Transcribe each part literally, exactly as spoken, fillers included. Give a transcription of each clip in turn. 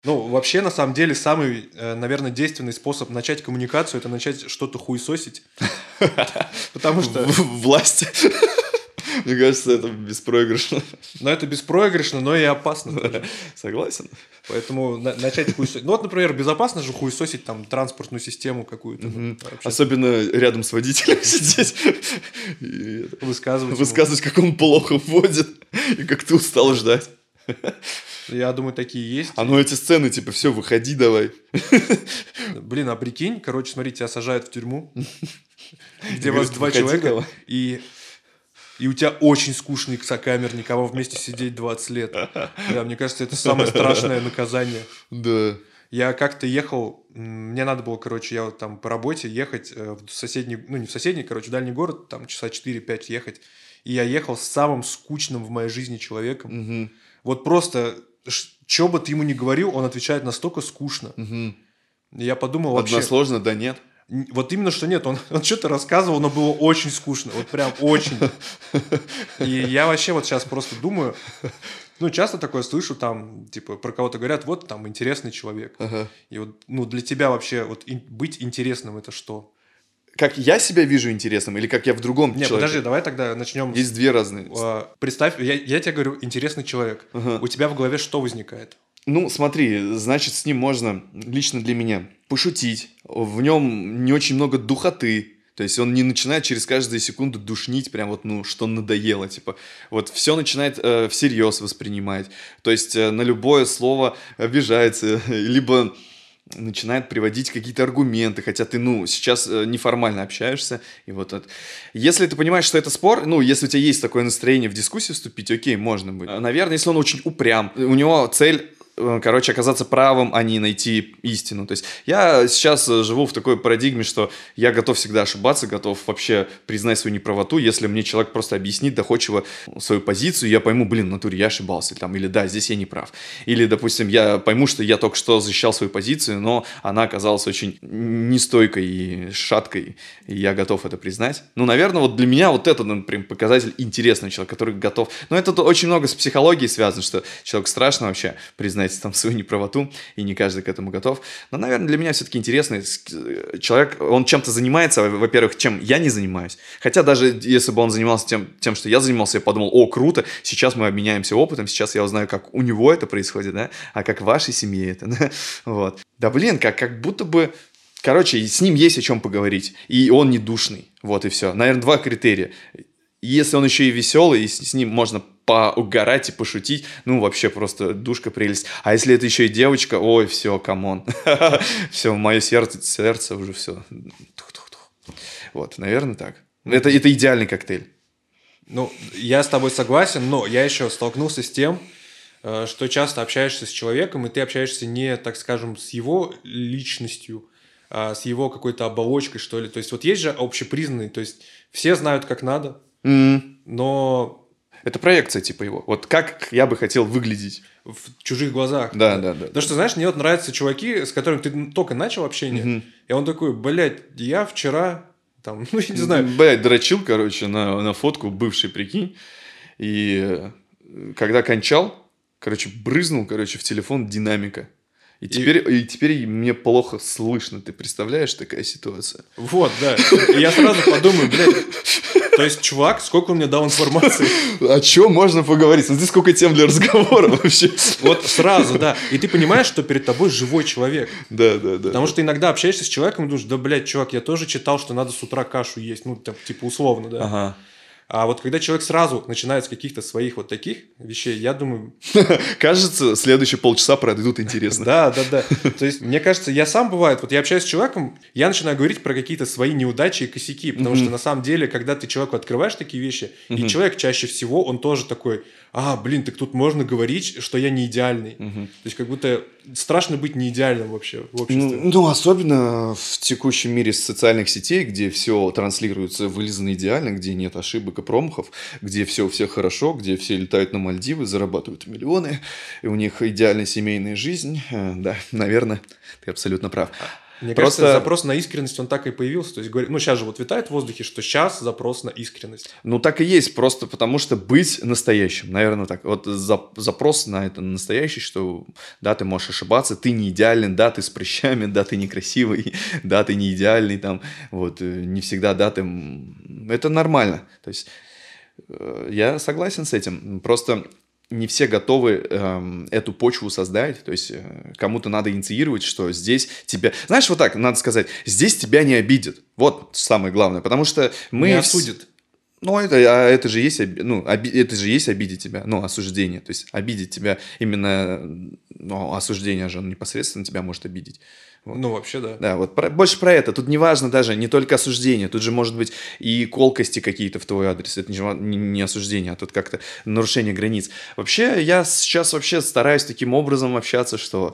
Ну, вообще, на самом деле, самый, э, наверное, действенный способ начать коммуникацию — это начать что-то хуесосить. Потому что... В- Власть. Мне кажется, это беспроигрышно. Но это беспроигрышно, но и опасно тоже. Согласен. Поэтому на- начать хуесосить... Ну вот, например, безопасно же хуесосить там транспортную систему какую-то. ну, вообще Особенно рядом с водителем сидеть и Высказывать. ему. высказывать, как он плохо водит и как ты устал ждать. Я думаю, такие есть. А ну эти сцены, типа, все, выходи давай. Блин, а прикинь, короче, смотри, тебя сажают в тюрьму, где Говорит, вас два «Выходи человека, давай». и... И у тебя очень скучный сокамерник, а вам вместе сидеть двадцать лет. Да, мне кажется, это самое страшное наказание. Да. Я как-то ехал, м, мне надо было, короче, я вот там по работе ехать э, в соседний, ну не в соседний, короче, в дальний город, там часа четыре-пять ехать. И я ехал с самым скучным в моей жизни человеком. Мгм. Вот просто, что бы ты ему ни говорил, он отвечает настолько скучно. Мгм. И я подумал вообще... Односложно, да нет. н- Вот именно что нет, он, он что-то рассказывал, но было очень скучно, вот прям очень. И я вообще вот сейчас просто думаю, ну, часто такое слышу, там, типа, про кого-то говорят, вот, там, интересный человек. Ага. И вот, ну, для тебя вообще вот ин- быть интересным — это что? Как я себя вижу интересным или как я в другом Не, человеке? подожди, давай тогда начнем. Есть две разные. Представь, я, я тебе говорю, интересный человек. Ага. У тебя в голове что возникает? Ну, смотри, значит, с ним можно, лично для меня, пошутить. В нем не очень много духоты. То есть он не начинает через каждую секунду душнить, прям вот, ну, что надоело, типа. Вот все начинает э, всерьез воспринимать. То есть э, на любое слово обижается, либо начинает приводить какие-то аргументы, хотя ты, ну, сейчас э, неформально общаешься, и вот это. Если ты понимаешь, что это спор, ну, если у тебя есть такое настроение в дискуссию вступить, окей, можно быть. Наверное, если он очень упрям, у него цель, э, короче, оказаться правым, а не найти истину. То есть я сейчас э, живу в такой парадигме, что я готов всегда ошибаться, готов вообще признать свою неправоту, если мне человек просто объяснит доходчиво свою позицию, я пойму, блин, в натуре я ошибался, там, или да, здесь я не прав. Или, допустим, я пойму, что я только что защищал свою позицию, но она оказалась очень нестойкой и шаткой, и я готов это признать. Ну, наверное, вот для меня вот это, например, показатель интересного человека, который готов... Но это очень много с психологией связано, что человеку страшно вообще признать там свою неправоту, и не каждый к этому готов. Но, наверное, для меня все-таки интересный человек, он чем-то занимается, во-первых, чем я не занимаюсь. Хотя даже если бы он занимался тем, тем, что я занимался, я подумал, о, круто, сейчас мы обменяемся опытом, сейчас я узнаю, как у него это происходит, да, а как в вашей семье это, да, вот. Да, блин, как, как будто бы, короче, с ним есть о чем поговорить, и он не душный, вот и все. Наверное, два критерия. Если он еще и веселый, и с, с ним можно поугарать и пошутить, ну, вообще просто душка прелесть. А если это еще и девочка, ой, все, камон. Все, мое сердце, сердце уже все. Вот, наверное, так. Это, это идеальный коктейль. Ну, я с тобой согласен, но я еще столкнулся с тем, э, что часто общаешься с человеком, и ты общаешься не, так скажем, с его личностью, а с его какой-то оболочкой, что ли. То есть вот есть же общепризнанный, то есть все знают, как надо, М. но Это проекция типа его. Вот как я бы хотел выглядеть. в чужих глазах. Да, да, да. Потому что, знаешь, мне вот нравятся чуваки, с которыми ты только начал общение, Мгм. и он такой, блядь, я вчера, там, ну, я не знаю, Блядь, дрочил, короче, на, на фотку бывший, прикинь. И э, когда кончал, короче, брызнул, короче, в телефон динамика. И теперь, и... теперь мне плохо слышно. Ты представляешь, такая ситуация? вот, да. И я сразу подумаю, блядь, то есть, чувак, сколько он мне дал информации? О чем можно поговорить? Смотри, сколько тем для разговора вообще. Вот сразу, да. И ты понимаешь, что перед тобой живой человек. Да, да, да. Потому что иногда общаешься с человеком и думаешь, да, блядь, чувак, я тоже читал, что надо с утра кашу есть. Ну, там, типа, условно, да. Ага. А вот когда человек сразу начинает с каких-то своих вот таких вещей, я думаю... Кажется, следующие полчаса пройдут интересно. Да, да, да. То есть, мне кажется, я сам бывает, вот я общаюсь с человеком, я начинаю говорить про какие-то свои неудачи и косяки, потому что на самом деле, когда ты человеку открываешь такие вещи, и человек чаще всего, он тоже такой, а, блин, так тут можно говорить, что я не идеальный. То есть, как будто страшно быть не идеальным вообще в обществе. Ну, ну, особенно в текущем мире социальных сетей, где все транслируется вылизанно идеально, где нет ошибок и промахов, где все у всех хорошо, где все летают на Мальдивы, зарабатывают миллионы, и у них идеальная семейная жизнь. Э, Да, наверное, ты абсолютно прав. Мне Просто... кажется, запрос на искренность, он так и появился. То есть, ну, сейчас же вот витает в воздухе, что сейчас запрос на искренность. Ну, так и есть, просто потому что быть настоящим, наверное, так. Вот за, запрос на это настоящий, что, да, ты можешь ошибаться, ты не идеальный, да, ты с прыщами, да, ты некрасивый, да, ты не идеальный, там, вот, не всегда, да, ты... Это нормально. То есть, я согласен с этим, просто... не все готовы эм, эту почву создать, то есть э, кому-то надо инициировать, что здесь тебя... Знаешь, вот так надо сказать, здесь тебя не обидят. Вот самое главное, потому что мы... Не осудят. Ну, это, а это же есть, ну, оби... это же есть обидеть тебя, ну, осуждение. То есть обидеть тебя именно, ну, осуждение же непосредственно тебя может обидеть. Вот. Ну, вообще, да. Да, вот про, больше про это. Тут не важно даже не только осуждение. Тут же может быть и колкости какие-то в твой адрес. Это не, не, не осуждение, а тут как-то нарушение границ. Вообще, я сейчас вообще стараюсь таким образом общаться, что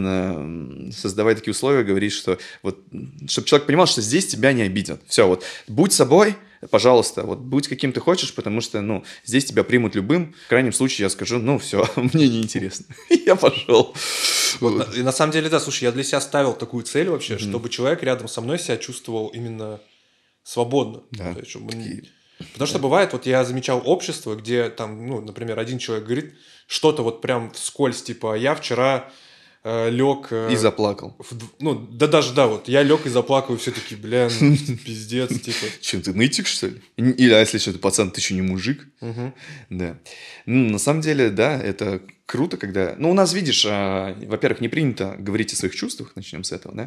именно создавая такие условия, говорить, что вот, чтобы человек понимал, что здесь тебя не обидят. Все, вот, будь собой, пожалуйста, вот будь каким ты хочешь, потому что, ну, здесь тебя примут любым. В крайнем случае я скажу, ну, все, мне неинтересно. Я пошел. Вот, и на самом деле, да, слушай, я для себя ставил такую цель вообще, mm-hmm. чтобы человек рядом со мной себя чувствовал именно свободно. Да. То есть, чтобы... Потому что бывает, вот я замечал общество, где там, ну, например, один человек говорит что-то вот прям вскользь, типа, я вчера э, лег... Э, и заплакал. В, ну, да даже, да, вот, я лег и заплакал, и все таки, бля, ну, пиздец, типа. Че, ты нытик, что ли? Или, а если что, ты пацан, ты еще не мужик? Угу. Да. Ну, на самом деле, да, это круто, когда... Ну, у нас, видишь, а, во-первых, не принято говорить о своих чувствах, начнем с этого, да?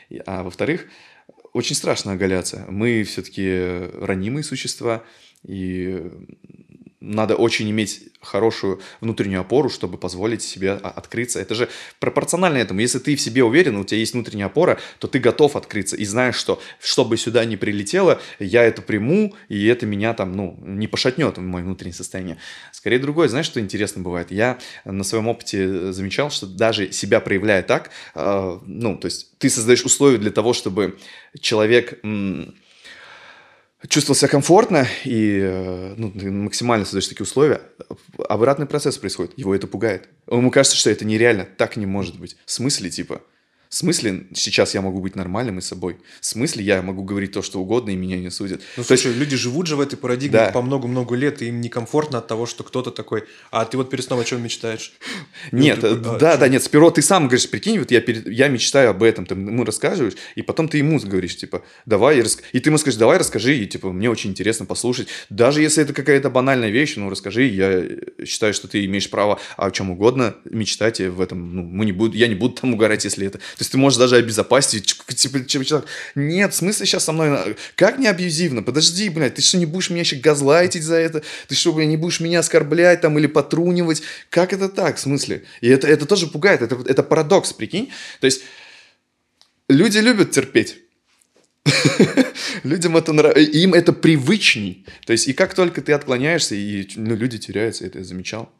А во-вторых, очень страшно оголяться. Мы все-таки ранимые существа, и надо очень иметь хорошую внутреннюю опору, чтобы позволить себе открыться. Это же пропорционально этому. Если ты в себе уверен, у тебя есть внутренняя опора, то ты готов открыться и знаешь, что, что бы сюда ни прилетело, я это приму, и это меня там, ну, не пошатнет в мое внутреннее состояние. Скорее другое, знаешь, что интересно бывает? Я на своем опыте замечал, что даже себя проявляя так, э, ну, то есть ты создаешь условия для того, чтобы человек... М- чувствовал себя комфортно и, ну, ты максимально создаешь такие условия, обратный процесс происходит, его это пугает. Ему кажется, что это нереально, так не может быть. В смысле, типа, в смысле сейчас я могу быть нормальным и собой? В смысле я могу говорить то, что угодно, и меня не судят? Ну, то слушай, есть... люди живут же в этой парадигме да. по много-много лет, и им некомфортно от того, что кто-то такой, а ты вот перед сном о чем мечтаешь? Нет, такой, а, да, что? да, нет, сперва ты сам говоришь, прикинь, вот я, перед... я мечтаю об этом, ты ему рассказываешь, и потом ты ему говоришь, типа, давай, и, рас... и ты ему скажешь, давай, расскажи, и, типа, мне очень интересно послушать. Даже если это какая-то банальная вещь, ну, расскажи, я считаю, что ты имеешь право о чем угодно мечтать, и в этом, ну, мы не буду, я не буду там угорать, если это... То есть ты можешь даже обезопасить типа, человек, нет, в смысле сейчас со мной, как не абьюзивно, подожди, блядь, ты что, не будешь меня еще газлайтить за это, ты что, блядь, не будешь меня оскорблять там или потрунивать, как это так, в смысле, и это, это тоже пугает, это, это парадокс, прикинь, то есть люди любят терпеть, людям это нравится, им это привычней, то есть и как только ты отклоняешься, и ну, люди теряются, это я замечал.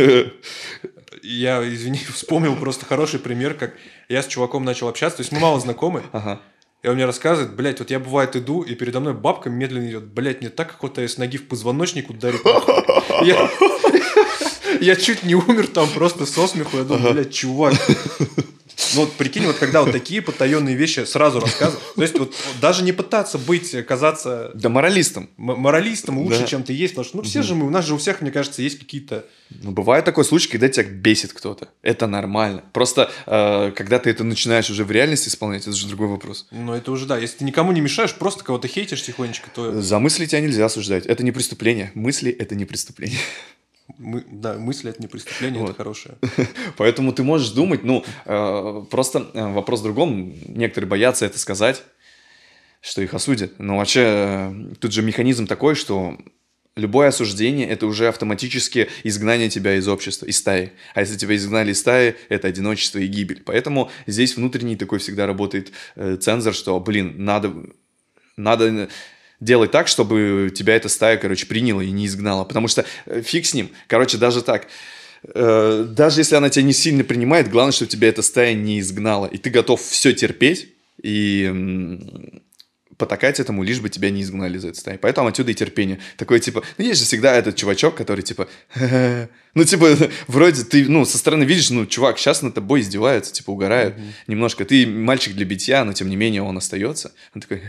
Я, извини, вспомнил просто хороший пример, как я с чуваком начал общаться, то есть мы мало знакомы, ага. и он мне рассказывает, блядь, вот я бывает иду, и передо мной бабка медленно идет, блядь, мне так охота с ноги в позвоночник ударить. Я, я чуть не умер там просто со смеху, я думаю, блядь, чувак. Ну вот прикинь, вот когда вот такие потаенные вещи сразу рассказывают. То есть вот даже не пытаться быть, казаться... Да моралистом. М- моралистом лучше, да. чем ты есть. Потому что ну все угу. же мы, у нас же у всех, мне кажется, есть какие-то... Ну, бывает такой случай, когда тебя бесит кто-то. Это нормально. Просто э, когда ты это начинаешь уже в реальности исполнять, это же другой вопрос. Ну это уже да. Если ты никому не мешаешь, просто кого-то хейтишь тихонечко, то... За мысли тебя нельзя осуждать. Это не преступление. Мысли – это не преступление. Мы, да, мысли – это не преступление, вот. Это хорошее. Поэтому ты можешь думать, ну, э, просто вопрос в другом. Некоторые боятся это сказать, что их осудят. Но вообще э, тут же механизм такой, что любое осуждение – это уже автоматически изгнание тебя из общества, из стаи. А если тебя изгнали из стаи – это одиночество и гибель. Поэтому здесь внутренний такой всегда работает э, цензор, что, блин, надо... надо делать так, чтобы тебя эта стая, короче, приняла и не изгнала. Потому что э, фиг с ним. Короче, даже так. Э, даже если она тебя не сильно принимает, главное, чтобы тебя эта стая не изгнала. И ты готов все терпеть и м- потакать этому, лишь бы тебя не изгнали из этой стаи. Поэтому отсюда и терпение. Такое, типа, ну, есть же всегда этот чувачок, который, типа, ну, типа, вроде ты, ну, со стороны видишь, ну, чувак, сейчас над тобой издеваются, типа, угорают mm-hmm. немножко. Ты мальчик для битья, но, тем не менее, он остается. Он такой,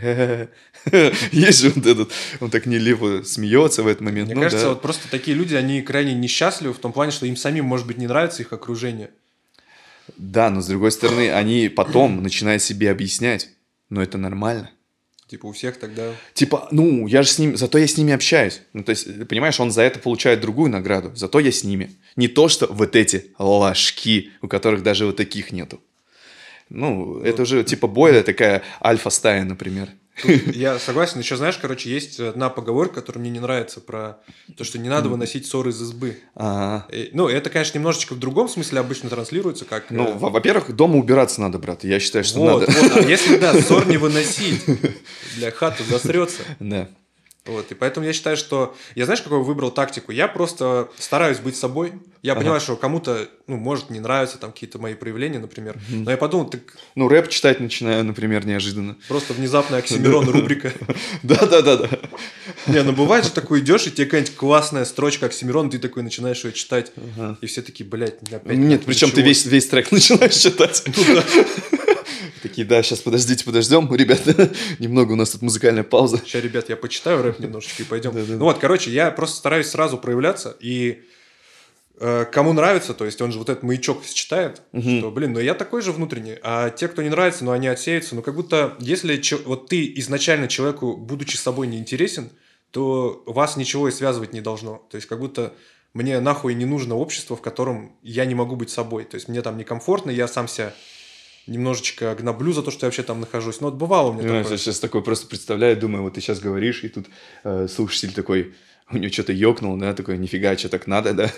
есть же вот этот, он так нелепо смеется в этот момент. Мне ну, кажется, да. вот просто такие люди, они крайне несчастливы в том плане, что им самим, может быть, не нравится их окружение. Да, но, с другой стороны, они потом начинают себе объяснять, но это нормально. Типа у всех тогда... Типа, ну, я же с ним, зато я с ними общаюсь. Ну, то есть, понимаешь, он за это получает другую награду, зато я с ними. Не то, что вот эти ложки, у которых даже вот таких нету. Ну, ну это уже типа более такая альфа-стая, например. Тут я согласен. Еще, знаешь, короче, есть одна поговорка, которая мне не нравится, про то, что не надо выносить ссоры из избы. А-а-а. Ну, это, конечно, немножечко в другом смысле обычно транслируется, как... Ну, э... во-первых, дома убираться надо, брат. Я считаю, что вот, надо. Вот, а если, да, ссор не выносить, для хаты засрется. Да. Вот, и поэтому я считаю, что... Я знаешь, какую выбрал тактику? Я просто стараюсь быть собой. Я ага. понимаю, что кому-то, ну, может, не нравятся там какие-то мои проявления, например. Mm-hmm. Но я подумал, так... Ну, рэп читать начинаю, например, неожиданно. Просто внезапно оксимирон, рубрика. Да-да-да. Не, ну бывает же такой идешь, и тебе какая-нибудь классная строчка оксимирон, ты такой начинаешь ее читать. И все такие, блядь, опять... Нет, причем ты весь трек начинаешь читать. Такие, да, сейчас подождите, подождем, ребята, немного у нас тут музыкальная пауза. Сейчас, ребят, я почитаю рэп немножечко и пойдем. Ну вот, короче, я просто стараюсь сразу проявляться, и э, кому нравится, то есть он же вот этот маячок считает, uh-huh. что, блин, ну я такой же внутренний, а те, кто не нравится, ну они отсеются, ну как будто, если че- вот ты изначально человеку, будучи собой, не интересен, то вас ничего и связывать не должно, то есть как будто... Мне нахуй не нужно общество, в котором я не могу быть собой, то есть мне там некомфортно, я сам себя... немножечко гноблю за то, что я вообще там нахожусь. Но вот бывало у меня ну, такое. Я сейчас такой просто представляю, думаю, вот ты сейчас говоришь, и тут э, слушатель такой, у него что-то ёкнул, да, такой, нифига, что так надо, да.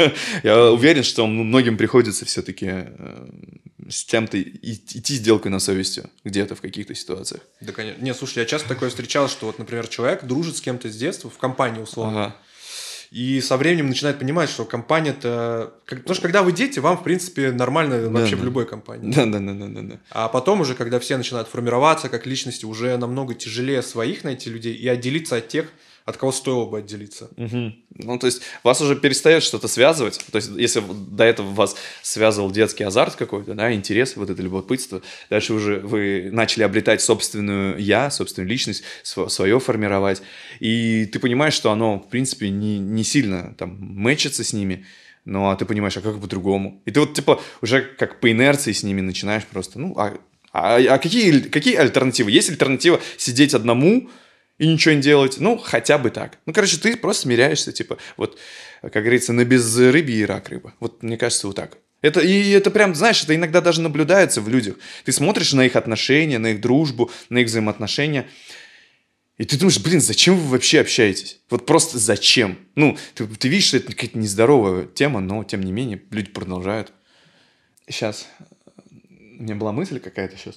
Я уверен, что многим приходится все-таки э, с тем-то идти сделкой на совести где-то в каких-то ситуациях. Да, конечно. Не, слушай, я часто такое встречал, что вот, например, человек дружит с кем-то с детства, в компании условно. Ага. И со временем начинает понимать, что компания-то... Потому что когда вы дети, вам, в принципе, нормально да, вообще да. в любой компании. Да, да, да, да, да, да. А потом уже, когда все начинают формироваться как личности, уже намного тяжелее своих найти людей и отделиться от тех, от кого стоило бы отделиться. Угу. Ну, то есть, вас уже перестает что-то связывать. То есть, если до этого вас связывал детский азарт какой-то, да, интерес, вот это любопытство, дальше уже вы начали обретать собственную я, собственную личность, свое формировать. И ты понимаешь, что оно, в принципе, не, не сильно там мэчится с ними, но ты понимаешь, а как по-другому? И ты вот, типа, уже как по инерции с ними начинаешь просто, ну, а, а, а какие, какие альтернативы? Есть альтернатива сидеть одному, и ничего не делать, ну, хотя бы так. Ну, короче, ты просто смиряешься, типа, вот, как говорится, на безрыбье и рак рыба. Вот, мне кажется, вот так. Это, и это прям, знаешь, это иногда даже наблюдается в людях. Ты смотришь на их отношения, на их дружбу, на их взаимоотношения, и ты думаешь, блин, зачем вы вообще общаетесь? Вот просто зачем? Ну, ты, ты видишь, что это какая-то нездоровая тема, но, тем не менее, люди продолжают. Сейчас. У меня была мысль какая-то сейчас.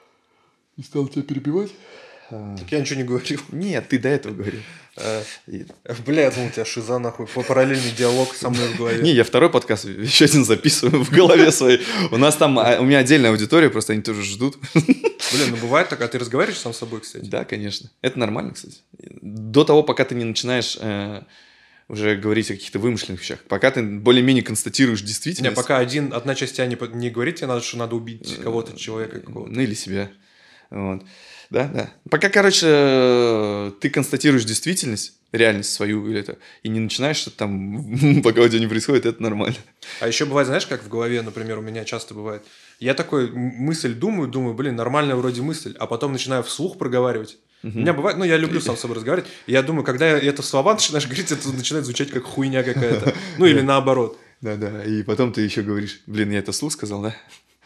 Не стал тебя перебивать. Так я ничего не говорил. Нет, ты до этого говорил. А, бля, я думал, у тебя шиза нахуй. Параллельный диалог со мной в голове. Не, я второй подкаст еще один записываю в голове своей. У нас там, у меня отдельная аудитория, просто они тоже ждут. Блин, ну бывает так, а ты разговариваешь сам с собой, кстати? Да, конечно. Это нормально, кстати. До того, пока ты не начинаешь э, уже говорить о каких-то вымышленных вещах. Пока ты более-менее констатируешь действительность. Не, пока один, одна часть тебя не, не говорит, тебе надо, что надо убить кого-то, человека какого-то. Ну или себя. Вот. Да, да. Пока, короче, ты констатируешь действительность, реальность свою, или это, и не начинаешь что-то там, пока у тебя не происходит, это нормально. А еще бывает, знаешь, как в голове, например, у меня часто бывает. Я такой мысль думаю, думаю, блин, нормальная вроде мысль, а потом начинаю вслух проговаривать. Угу. У меня бывает, ну, я люблю сам с собой разговаривать, и я думаю, когда это слова начинаешь говорить, это начинает звучать как хуйня какая-то. Ну, или наоборот. Да-да, и потом ты еще говоришь, блин, я это вслух сказал, да?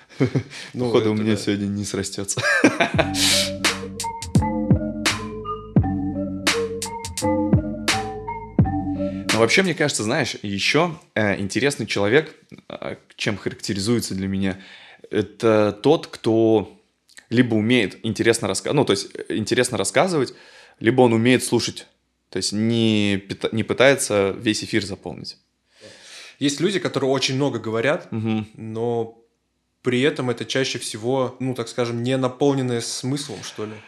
Ну, походу, у меня да. сегодня не срастется. Но вообще, мне кажется, знаешь, еще э, интересный человек, э, чем характеризуется для меня, это тот, кто либо умеет интересно рассказывать, ну, то есть интересно рассказывать, либо он умеет слушать, то есть не, не пытается весь эфир заполнить. Есть люди, которые очень много говорят, угу. но при этом это чаще всего, ну, так скажем, не наполненное смыслом, что ли.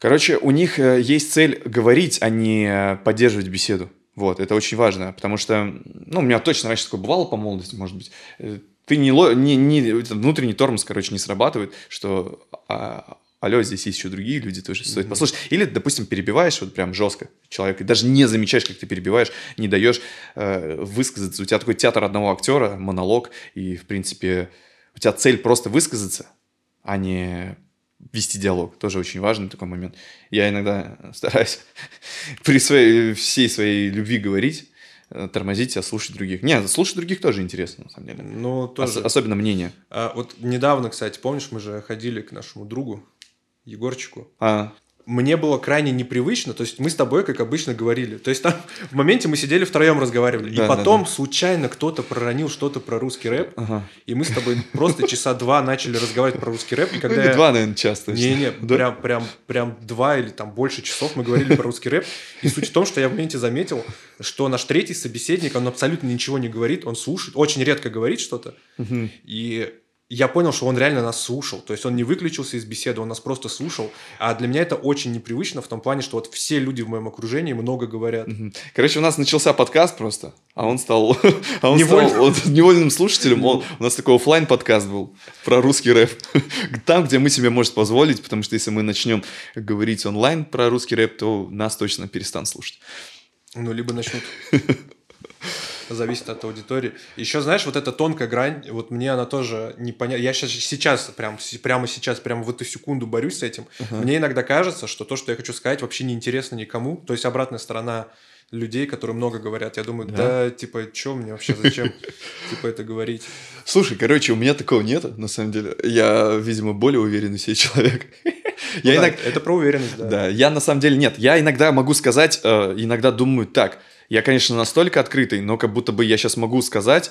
Короче, у них э, есть цель говорить, а не э, поддерживать беседу. Вот, это очень важно, потому что, ну, у меня точно раньше такое бывало по молодости, может быть. Э, Ты не, ло- не, не этот внутренний тормоз, короче, не срабатывает, что а, алло, здесь есть еще другие люди, тоже стоит послушать. Или, допустим, перебиваешь вот прям жестко человека, и даже не замечаешь, как ты перебиваешь, не даешь э, высказаться. У тебя такой театр одного актера, монолог, и, в принципе, у тебя цель просто высказаться, а не вести диалог. Тоже очень важный такой момент. Я иногда стараюсь при своей, всей своей любви говорить, тормозить, а слушать других. Нет, слушать других тоже интересно, на самом деле. Ну, тоже. Ос- особенно мнение. А, вот недавно, кстати, помнишь, мы же ходили к нашему другу, Егорчику. А, Мне было крайне непривычно, то есть мы с тобой, как обычно, говорили. То есть там в моменте мы сидели втроем разговаривали. Да, и потом да, да. случайно кто-то проронил что-то про русский рэп. ага. И мы с тобой просто часа два начали разговаривать про русский рэп. И когда Ну, или я... два, наверное, часто. Не-не, Да? прям, прям, прям два или там больше часов мы говорили про русский рэп. И суть в том, что я в моменте заметил, что наш третий собеседник, он абсолютно ничего не говорит, он слушает, очень редко говорит что-то. Мгм. И я понял, что он реально нас слушал. То есть он не выключился из беседы, он нас просто слушал. А для меня это очень непривычно в том плане, что вот все люди в моем окружении много говорят. Мгм. Короче, у нас начался подкаст просто, а он стал, а он Невольно. стал вот невольным слушателем. Он- у нас такой оффлайн подкаст был про русский рэп. Там, где мы себе можем позволить, потому что если мы начнем говорить онлайн про русский рэп, то нас точно перестанут слушать. Ну, либо начнут. Зависит от аудитории. Еще, знаешь, вот эта тонкая грань, вот мне она тоже непонятна. Я сейчас, сейчас прям, с- прямо сейчас, прямо в эту секунду борюсь с этим. Мне иногда кажется, что то, что я хочу сказать, вообще не интересно никому. То есть обратная сторона людей, которые много говорят. Я думаю, да, типа, что мне вообще, зачем типа это говорить? Слушай, короче, у меня такого нет, на самом деле. Я, видимо, более уверенный в себе человек. Я Ну да, иногда... Это про уверенность, да. Да, я на самом деле нет. Я иногда могу сказать, э, иногда думаю так. Я, конечно, настолько открытый, но как будто бы я сейчас могу сказать,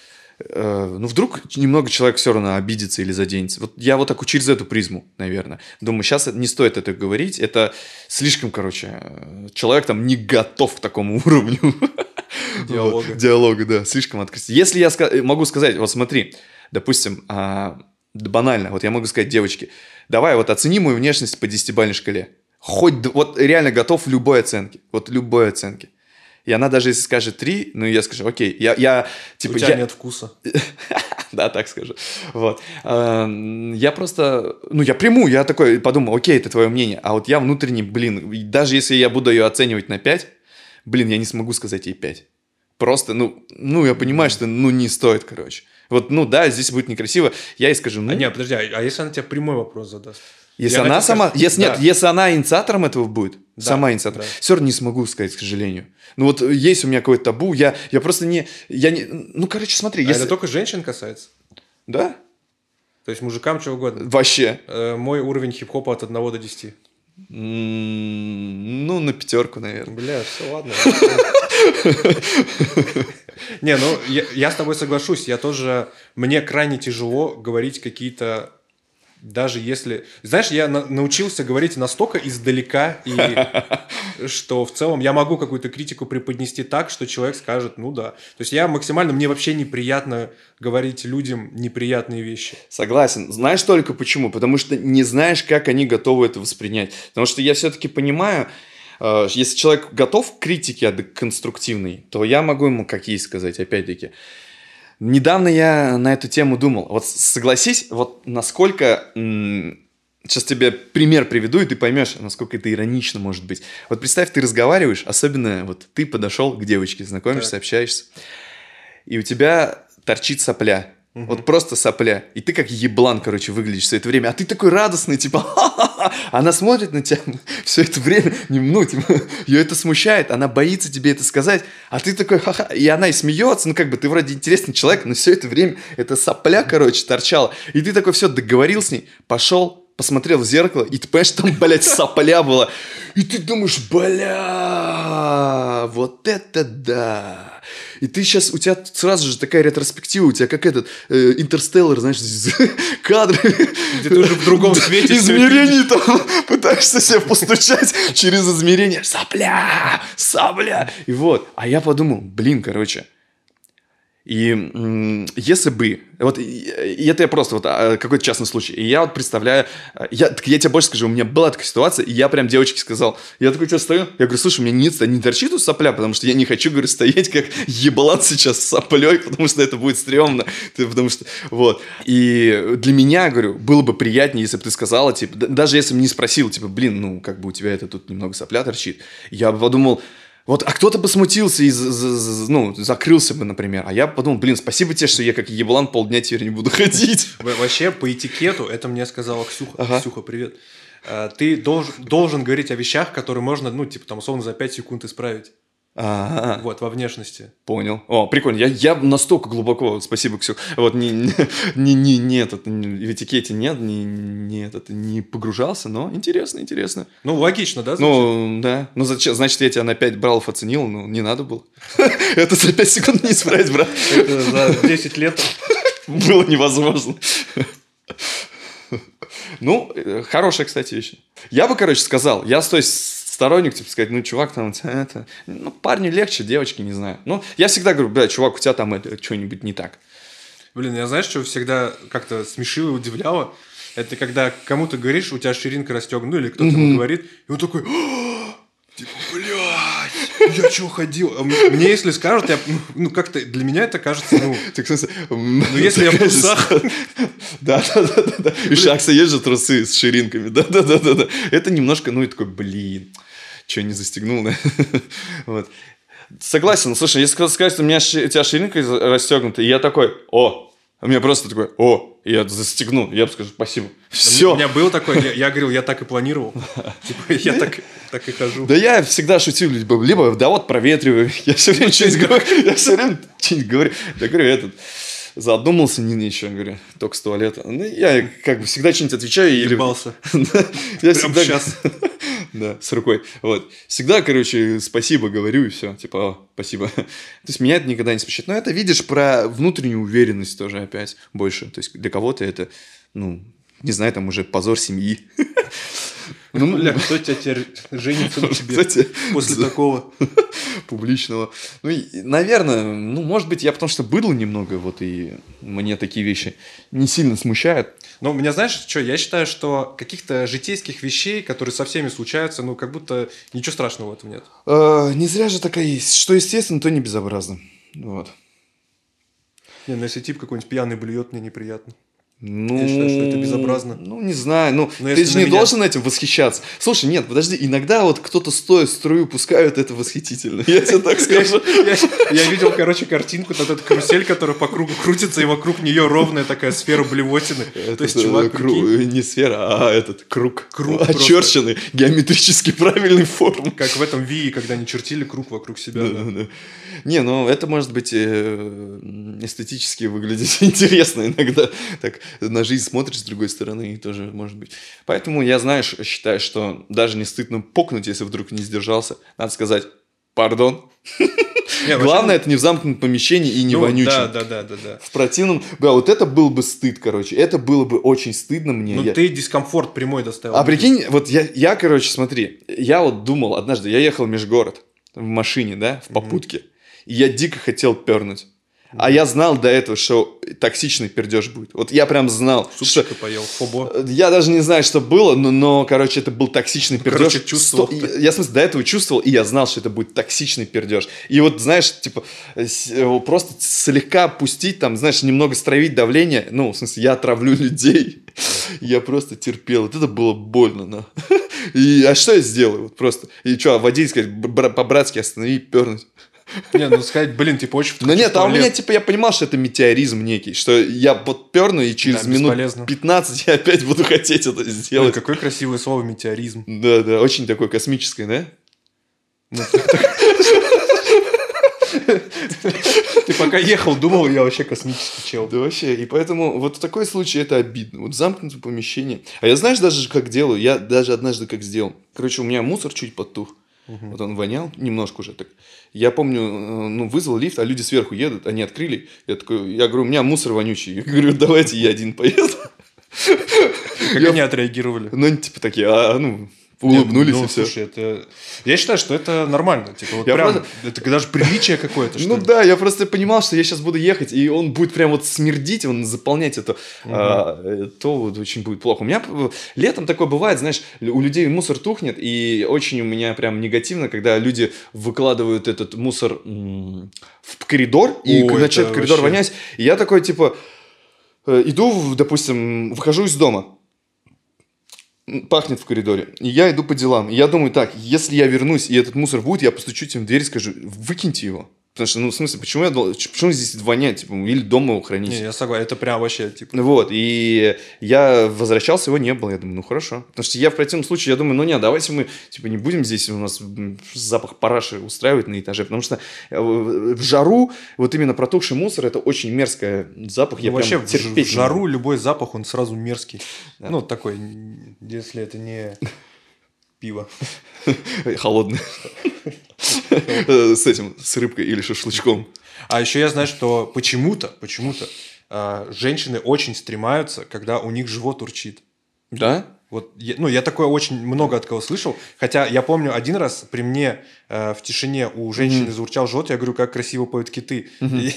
э, ну, вдруг немного человек все равно обидится или заденется. Вот я вот так через эту призму, наверное. Думаю, сейчас не стоит это говорить. Это слишком, короче, э, человек там не готов к такому уровню. Диалога. Вот, диалога, да, слишком открыт. Если я ска- могу сказать, вот смотри, допустим, а, да банально, вот я могу сказать девочке, давай вот оцени мою внешность по десятибалльной шкале. Хоть, д- вот реально готов любой оценке, вот любой оценке. И она даже если скажет три, ну я скажу, окей, я, я типа... У тебя я- нет вкуса. Да, так скажу. Вот. Эм, Я просто... Ну, я приму, я такой подумал, окей, это твое мнение. А вот я внутренне, блин, и даже если я буду ее оценивать на пять, блин, я не смогу сказать ей пять. Просто, ну, ну, я понимаю, что, ну, не стоит, короче. Вот, ну, да, здесь будет некрасиво. Я ей скажу, ну... А, не, подожди, а, а если она тебе прямой вопрос задаст? Если И она тебе сама... скажет, Если, да. Нет, если она инициатором этого будет, Да, сама инициатор, да. все равно не смогу сказать, к сожалению. Ну, вот есть у меня какое-то табу, я, я просто не... Я не... Ну, короче, смотри, А если... это только женщин касается? Да? То есть мужикам чего угодно? Вообще. Э, Мой уровень хип-хопа от одного до десяти. М, Ну, на пятерку, наверное. Бля, все, ладно. Не, ну, я, я с тобой соглашусь. Я тоже... Мне крайне тяжело говорить какие-то... Даже если... Знаешь, я на- научился говорить настолько издалека, и что в целом я могу какую-то критику преподнести так, что человек скажет, ну да. То есть я максимально... Мне вообще неприятно говорить людям неприятные вещи. Согласен. Знаешь только почему? Потому что не знаешь, как они готовы это воспринять. Потому что я все-таки понимаю, э, если человек готов к критике ад- конструктивной, то я могу ему как есть сказать, опять-таки. Недавно я на эту тему думал. Вот согласись, вот насколько... м, Сейчас тебе пример приведу, и ты поймешь, насколько это иронично может быть. Вот представь, ты разговариваешь, особенно вот ты подошел к девочке, знакомишься, Так. общаешься, и у тебя торчит сопля. Вот просто сопля. И ты как еблан, короче, выглядишь все это время. А ты такой радостный, типа, ха-ха-ха. Она смотрит на тебя все это время, не ну, типа, ее это смущает, она боится тебе это сказать, а ты такой, ха-ха. И она и смеется, ну, как бы, ты вроде интересный человек, но все это время это сопля, короче, торчала. И ты такой, все, договорил с ней, пошел, посмотрел в зеркало, и ты понимаешь, там, блядь, сопля была. И ты думаешь, бля, вот это да. И ты сейчас, у тебя сразу же такая ретроспектива, у тебя как этот э, Интерстеллар, знаешь, кадры. Где ты уже в другом свете всё это измерений там пытаешься себя постучать через измерение. Сопля, сопля. И вот, а я подумал, блин, короче, И м, если бы, вот, и, и это я просто вот а, какой-то частный случай, и я вот представляю, я, так я тебе больше скажу, у меня была такая ситуация, и я прям девочке сказал, я такой, что стою, я говорю, слушай, у меня нет, не торчит тут сопля, потому что я не хочу, говорю, стоять как еблан сейчас с соплей, потому что это будет стрёмно, потому что, вот, и для меня, говорю, было бы приятнее, если бы ты сказала, типа, даже если бы не спросил, типа, блин, ну, как бы у тебя это тут немного сопля торчит, я бы подумал, вот, а кто-то бы смутился и, ну, закрылся бы, например. А я подумал, блин, спасибо тебе, что я как еблан полдня теперь не буду ходить. Вообще, по этикету, это мне сказала Ксюха. Ага. Ксюха, привет. Ты должен, должен говорить о вещах, которые можно, ну, типа, там, условно, за пять секунд исправить. А-а-а. Вот, во внешности. Понял. О, прикольно. Я, я настолько глубоко, спасибо, Ксюх. Вот не, не, не, не этот, в этикете нет, не, не, этот, не погружался, но интересно, интересно. Ну, логично, да? Значит? Ну, да. Ну, зачем? Значит, я тебя на пять баллов оценил, ну, не надо было. Это за пять секунд не исправить, брат. Это за десять лет было невозможно. Ну, хорошая, кстати, вещь. Я бы, короче, сказал, я с той сторонник, типа, сказать, ну, чувак, там, это... Ну, парню легче, девочке, не знаю. Ну, я всегда говорю, бля, чувак, у тебя там это, что-нибудь не так. Блин, я знаешь, что всегда как-то смешило и удивляло? Это когда кому-то говоришь, у тебя ширинка расстегнута, ну, или кто-то mm-hmm. ему говорит, и он такой, типа, блядь, я чё ходил? А мне, если скажут, я, ну, как-то для меня это кажется, ну... Так, в смысле, ну, если я в трусах... Да-да-да. И шаксы есть же трусы с ширинками. Да-да-да. Это немножко, ну, и такой, блин, что не застегнул, да? Вот. Согласен. Ну, слушай, если кто-то скажет, что у меня ши... у тебя ширинка расстегнута, и я такой, о, у меня просто такой, о, и я застегну, я бы скажу, спасибо. Все. У меня был такой, я, я говорил, я так и планировал. Типа, я так, так и хожу. Да я всегда шутил, либо, либо да вот проветриваю, я все время что-нибудь говорю, я все время что-нибудь говорю. Я говорю, этот, задумался, не еще, говорю, только с туалета. Ну, я как бы всегда что-нибудь отвечаю. Ебался. Я всегда... сейчас. Да, с рукой. Вот. Всегда, короче, спасибо говорю, и все. Типа, о, спасибо. То есть, меня это никогда не смущает. Но это, видишь, про внутреннюю уверенность тоже опять больше. То есть, для кого-то это, ну, не знаю, там уже позор семьи. Ну, бля, кто тебя теперь женится на тебе после такого публичного? Ну, наверное, ну, может быть, я потому что быдло немного, вот, и мне такие вещи не сильно смущают. Ну, меня знаешь, что, я считаю, что каких-то житейских вещей, которые со всеми случаются, ну, как будто ничего страшного в этом нет. Не зря же такая есть. Что естественно, то не безобразно. Вот. Не, ну, если тип какой-нибудь пьяный блюет, мне неприятно. Ну, я считаю, что это безобразно. Ну, не знаю. Ну, но ты же не меня... должен этим восхищаться. Слушай, нет, подожди, иногда вот кто-то стоя струю пускают, это восхитительно. Я тебе так скажу. Я видел, короче, картинку, вот эта карусель, которая по кругу крутится, и вокруг нее ровная такая сфера блевотины. То есть, чувак, не сфера, а этот круг. Круг очерченный, геометрически правильной формы. Как в этом Вии, когда они чертили круг вокруг себя. Не, ну, это может быть эстетически выглядеть интересно иногда. Так, на жизнь смотришь с другой стороны, и тоже может быть. Поэтому я, знаешь, считаю, что даже не стыдно покнуть, если вдруг не сдержался. Надо сказать «пардон». Не, главное, это не в замкнутом помещении и не ну, вонючем. Да, да, да, да, да. В противном, да, вот это был бы стыд, короче. Это было бы очень стыдно мне. Ну, я... ты дискомфорт прямой доставил. А прикинь, вот я, я, короче, смотри, я вот думал однажды, я ехал в межгород в машине, да, в попутке, mm-hmm. и я дико хотел пернуть. А я знал до этого, что токсичный пердеж будет. Вот я прям знал. Супчика что... поел, фобо. Я даже не знаю, что было, но, но короче, это был токсичный ну, пердеж. Короче, чувствовал. Сто... Я, я, в смысле, до этого чувствовал, и я знал, что это будет токсичный пердеж. И вот, знаешь, типа, просто слегка пустить, там, знаешь, немного стравить давление. Ну, в смысле, я отравлю людей. Я просто терпел. Вот это было больно, но... И, а что я сделаю? Вот просто. И что, водитель сказать, по-братски останови, пернуть. Не, ну сказать, блин, типа очень... Ну нет, а у меня, типа, я понимал, что это метеоризм некий, что я подперну, и через да, минут пятнадцать я опять буду хотеть это сделать. Ой, какое красивое слово метеоризм. Да, да, очень такое космическое, да? Ты пока ехал, думал, я вообще космический чел. Да вообще, и поэтому вот в такой случай это обидно. Вот замкнутое помещение. А я знаешь даже, как делаю? Я даже однажды как сделал. Короче, у меня мусор чуть подтух. Uh-huh. Вот он вонял немножко уже так. Я помню, ну, вызвал лифт, а люди сверху едут, они открыли. Я такой, я говорю, у меня мусор вонючий. Я говорю, давайте я один поеду. Как я... они отреагировали? Ну, типа такие, а, ну, улыбнулись, ну, и все. Слушай, это... Я считаю, что это нормально. Типа, вот Я прям, просто... это даже приличие какое-то, что Ну ли. да, я просто понимал, что я сейчас буду ехать, и он будет прям вот смердить, он заполнять это, Мгм. а, то вот очень будет плохо. У меня п- летом такое бывает, знаешь, у людей мусор тухнет, и очень у меня прям негативно, когда люди выкладывают этот мусор м, в коридор, и О, начинает это коридор вообще... вонять, и я такой, типа, э, иду, в- допустим, выхожу из дома, м, пахнет в коридоре, и я иду по делам, и я думаю, так, если я вернусь, и этот мусор будет, я постучу тебе в дверь и скажу, выкиньте его. Потому что, ну, в смысле, почему я дол- ч- почему здесь вонять, типа, или дома его Не, хранить? я согласен, это прям вообще, типа... Вот, и я возвращался, его не было, я думаю, ну, хорошо. Потому что я в противном случае, я думаю, ну, нет, давайте мы, типа, не будем здесь у нас м, запах параши устраивать на этаже, потому что э, в в жару вот именно протухший мусор, это очень мерзкий запах, Ну, я вообще, прям в, ж- в терпеть не жару могу. любой запах, он сразу мерзкий. Да. Ну, такой, н- если это не пиво. Холодный. Э, С этим, с рыбкой или шашлычком. А еще я знаю, что почему-то, почему-то а, женщины очень стремаются, когда у них живот урчит. Да? Вот, я- ну, я такое очень много от кого слышал. Хотя я помню один раз при мне э, в тишине у женщины Мгм. заурчал живот, я говорю, как красиво поют киты. Мгм. И,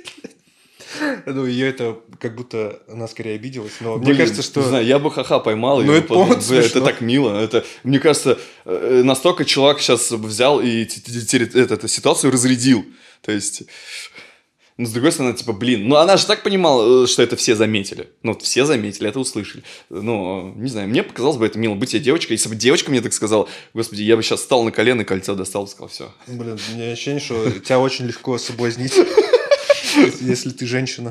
ну, ее это как будто она скорее обиделась. Но мне Блин, кажется, не что... знаю, я бы ха-ха поймал. Ну, и это, подумал, по-моему, бля, это смешно. так мило. Это, мне кажется, э, настолько человек сейчас взял и т- т- т- эту, эту ситуацию разрядил. То есть, ну, с другой стороны, типа, блин, ну, она же так понимала, э, что это все заметили. Ну, вот все заметили, это услышали. Ну, не знаю, мне показалось бы это мило. Быть я девочкой, если бы девочка мне так сказала, господи, я бы сейчас встал на колено, кольцо достал и сказал, все. Блин, у меня ощущение, что тебя очень легко соблазнить, если ты женщина.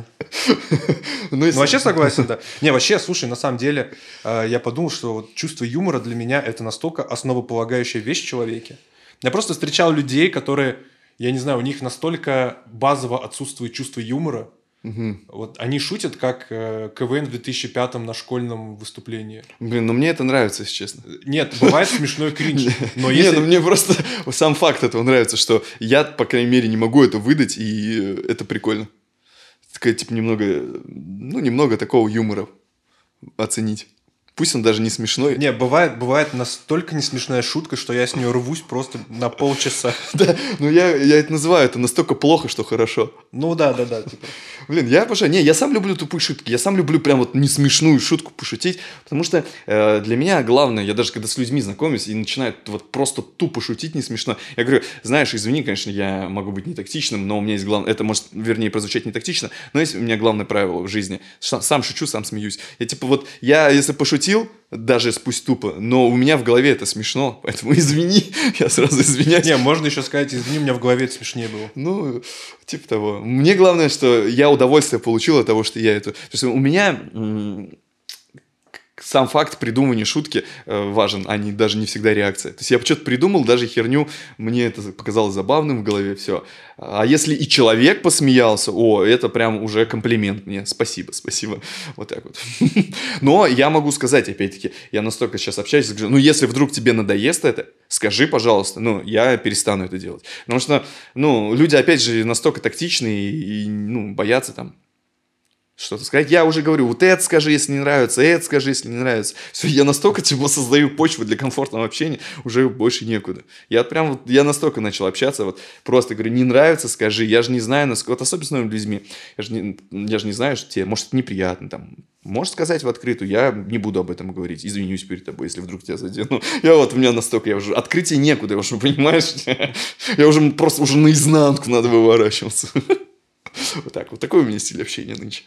Ну, Ну, если- вообще согласен, да. Не, вообще, слушай, на самом деле, э, я подумал, что вот чувство юмора для меня это настолько основополагающая вещь в человеке. Я просто встречал людей, которые, я не знаю, у них настолько базово отсутствует чувство юмора. Мгм. Вот они шутят, как э, КВН в две тысячи пятом на школьном выступлении. Блин, ну мне это нравится, если честно. Нет, бывает смешной кринж, но Не, если... ну мне просто сам факт этого нравится, что я, по крайней мере, не могу это выдать, и э, это прикольно. Такая, типа, немного, э, ну, немного такого юмора оценить. Пусть он даже не смешной. Не, бывает, бывает настолько не смешная шутка, что я с нее рвусь просто на полчаса. Да, но я, я это называю, это настолько плохо, что хорошо. Ну да, да, да, типа. Блин, я обожаю. Не, я сам люблю тупые шутки. Я сам люблю прям вот не смешную шутку пошутить. Потому что э, для меня главное, я даже когда с людьми знакомлюсь и начинают вот просто тупо шутить не смешно. Я говорю, знаешь, извини, конечно, я могу быть не тактичным, но у меня есть главное... Это может, вернее, прозвучать не тактично, но есть у меня главное правило в жизни. Ша- Сам шучу, сам смеюсь. Я типа вот, я если пошутил, даже пусть тупо, но у меня в голове это смешно, поэтому извини, я сразу извиняюсь. Не, можно еще сказать, извини, у меня в голове это смешнее было. Ну, типа того. Мне главное, что я удовольствие получил от того, что я это... То есть у меня м, к- сам факт придумывания шутки э, важен, а не, даже не всегда реакция. То есть я что-то придумал, даже херню, мне это показалось забавным в голове, все. А если и человек посмеялся, о, это прям уже комплимент мне. Спасибо, спасибо. Вот так вот. Но я могу сказать, опять-таки, я настолько сейчас общаюсь, скажу, ну, если вдруг тебе надоест это, скажи, пожалуйста, ну, я перестану это делать. Потому что, ну, люди, опять же, настолько тактичные и, и, ну, боятся там что-то сказать. Я уже говорю, вот это скажи, если не нравится, это скажи, если не нравится. Все, я настолько типа создаю почву для комфортного общения, уже больше некуда. Я прям вот, я настолько начал общаться, вот просто говорю, не нравится, скажи. Я же не знаю, насколько, вот особенно с новыми людьми, я же не, я же не знаю, что тебе, может, это неприятно, там, можешь сказать в открытую, я не буду об этом говорить, извинюсь перед тобой, если вдруг тебя задену. Я вот, у меня настолько, я уже, открытие некуда, я уже, понимаешь, я уже просто, уже наизнанку надо выворачиваться. Вот так вот. Такой у меня стиль общения нынче.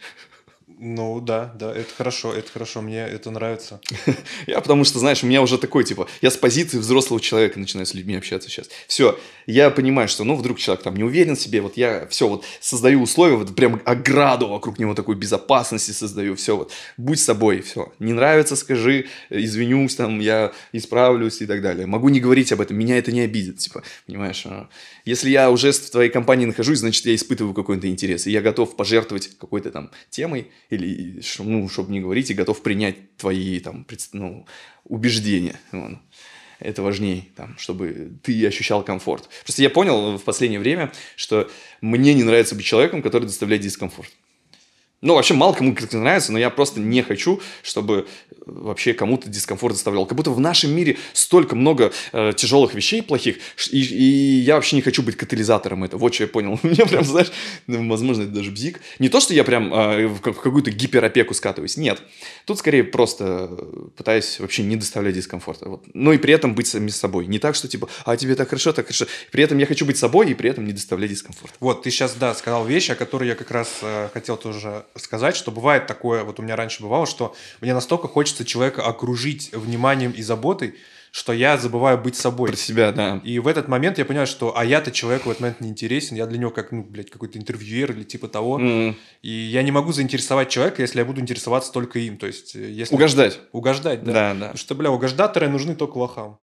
Ну да, да, это хорошо, это хорошо, мне это нравится. Я потому что, знаешь, у меня уже такой, типа, я с позиции взрослого человека начинаю с людьми общаться сейчас. Все, я понимаю, что, ну, вдруг человек там не уверен в себе, вот я все вот создаю условия, вот прям ограду вокруг него такой безопасности создаю, все вот, будь собой, все. Не нравится, скажи, извинюсь, там, я исправлюсь и так далее. Могу не говорить об этом, меня это не обидит, типа, понимаешь. Если я уже в твоей компании нахожусь, значит, я испытываю какой-то интерес, и я готов пожертвовать какой-то там темой, или, ну, чтобы не говорить, и готов принять твои, там, пред- ну, убеждения. Вот. Это важнее, там, чтобы ты ощущал комфорт. Просто я понял в последнее время, что мне не нравится быть человеком, который доставляет дискомфорт. Ну, вообще, мало кому это нравится, но я просто не хочу, чтобы вообще кому-то дискомфорт доставлял. Как будто в нашем мире столько много э, тяжелых вещей плохих, и, и я вообще не хочу быть катализатором этого. Вот что я понял. Мне прям, знаешь, ну, возможно, это даже бзик. Не то, что я прям э, в какую-то гиперопеку скатываюсь. Нет. Тут скорее просто пытаюсь вообще не доставлять дискомфорта. Вот. Но и при этом быть самим собой. Не так, что типа, а тебе так хорошо, так хорошо. При этом я хочу быть собой и при этом не доставлять дискомфорт. Вот, ты сейчас, да, сказал вещи, о которых я как раз э, хотел тоже сказать, что бывает такое, вот у меня раньше бывало, что мне настолько хочется человека окружить вниманием и заботой, что я забываю быть собой. Про себя, да. И в этот момент я понимаю, что а я-то человеку в этот момент не интересен, я для него как, ну, блядь, какой-то интервьюер или типа того. Mm. И я не могу заинтересовать человека, если я буду интересоваться только им. То есть, если... Угождать. Угождать, да. Да, да. Потому что, бля, угождаторы нужны только лохам.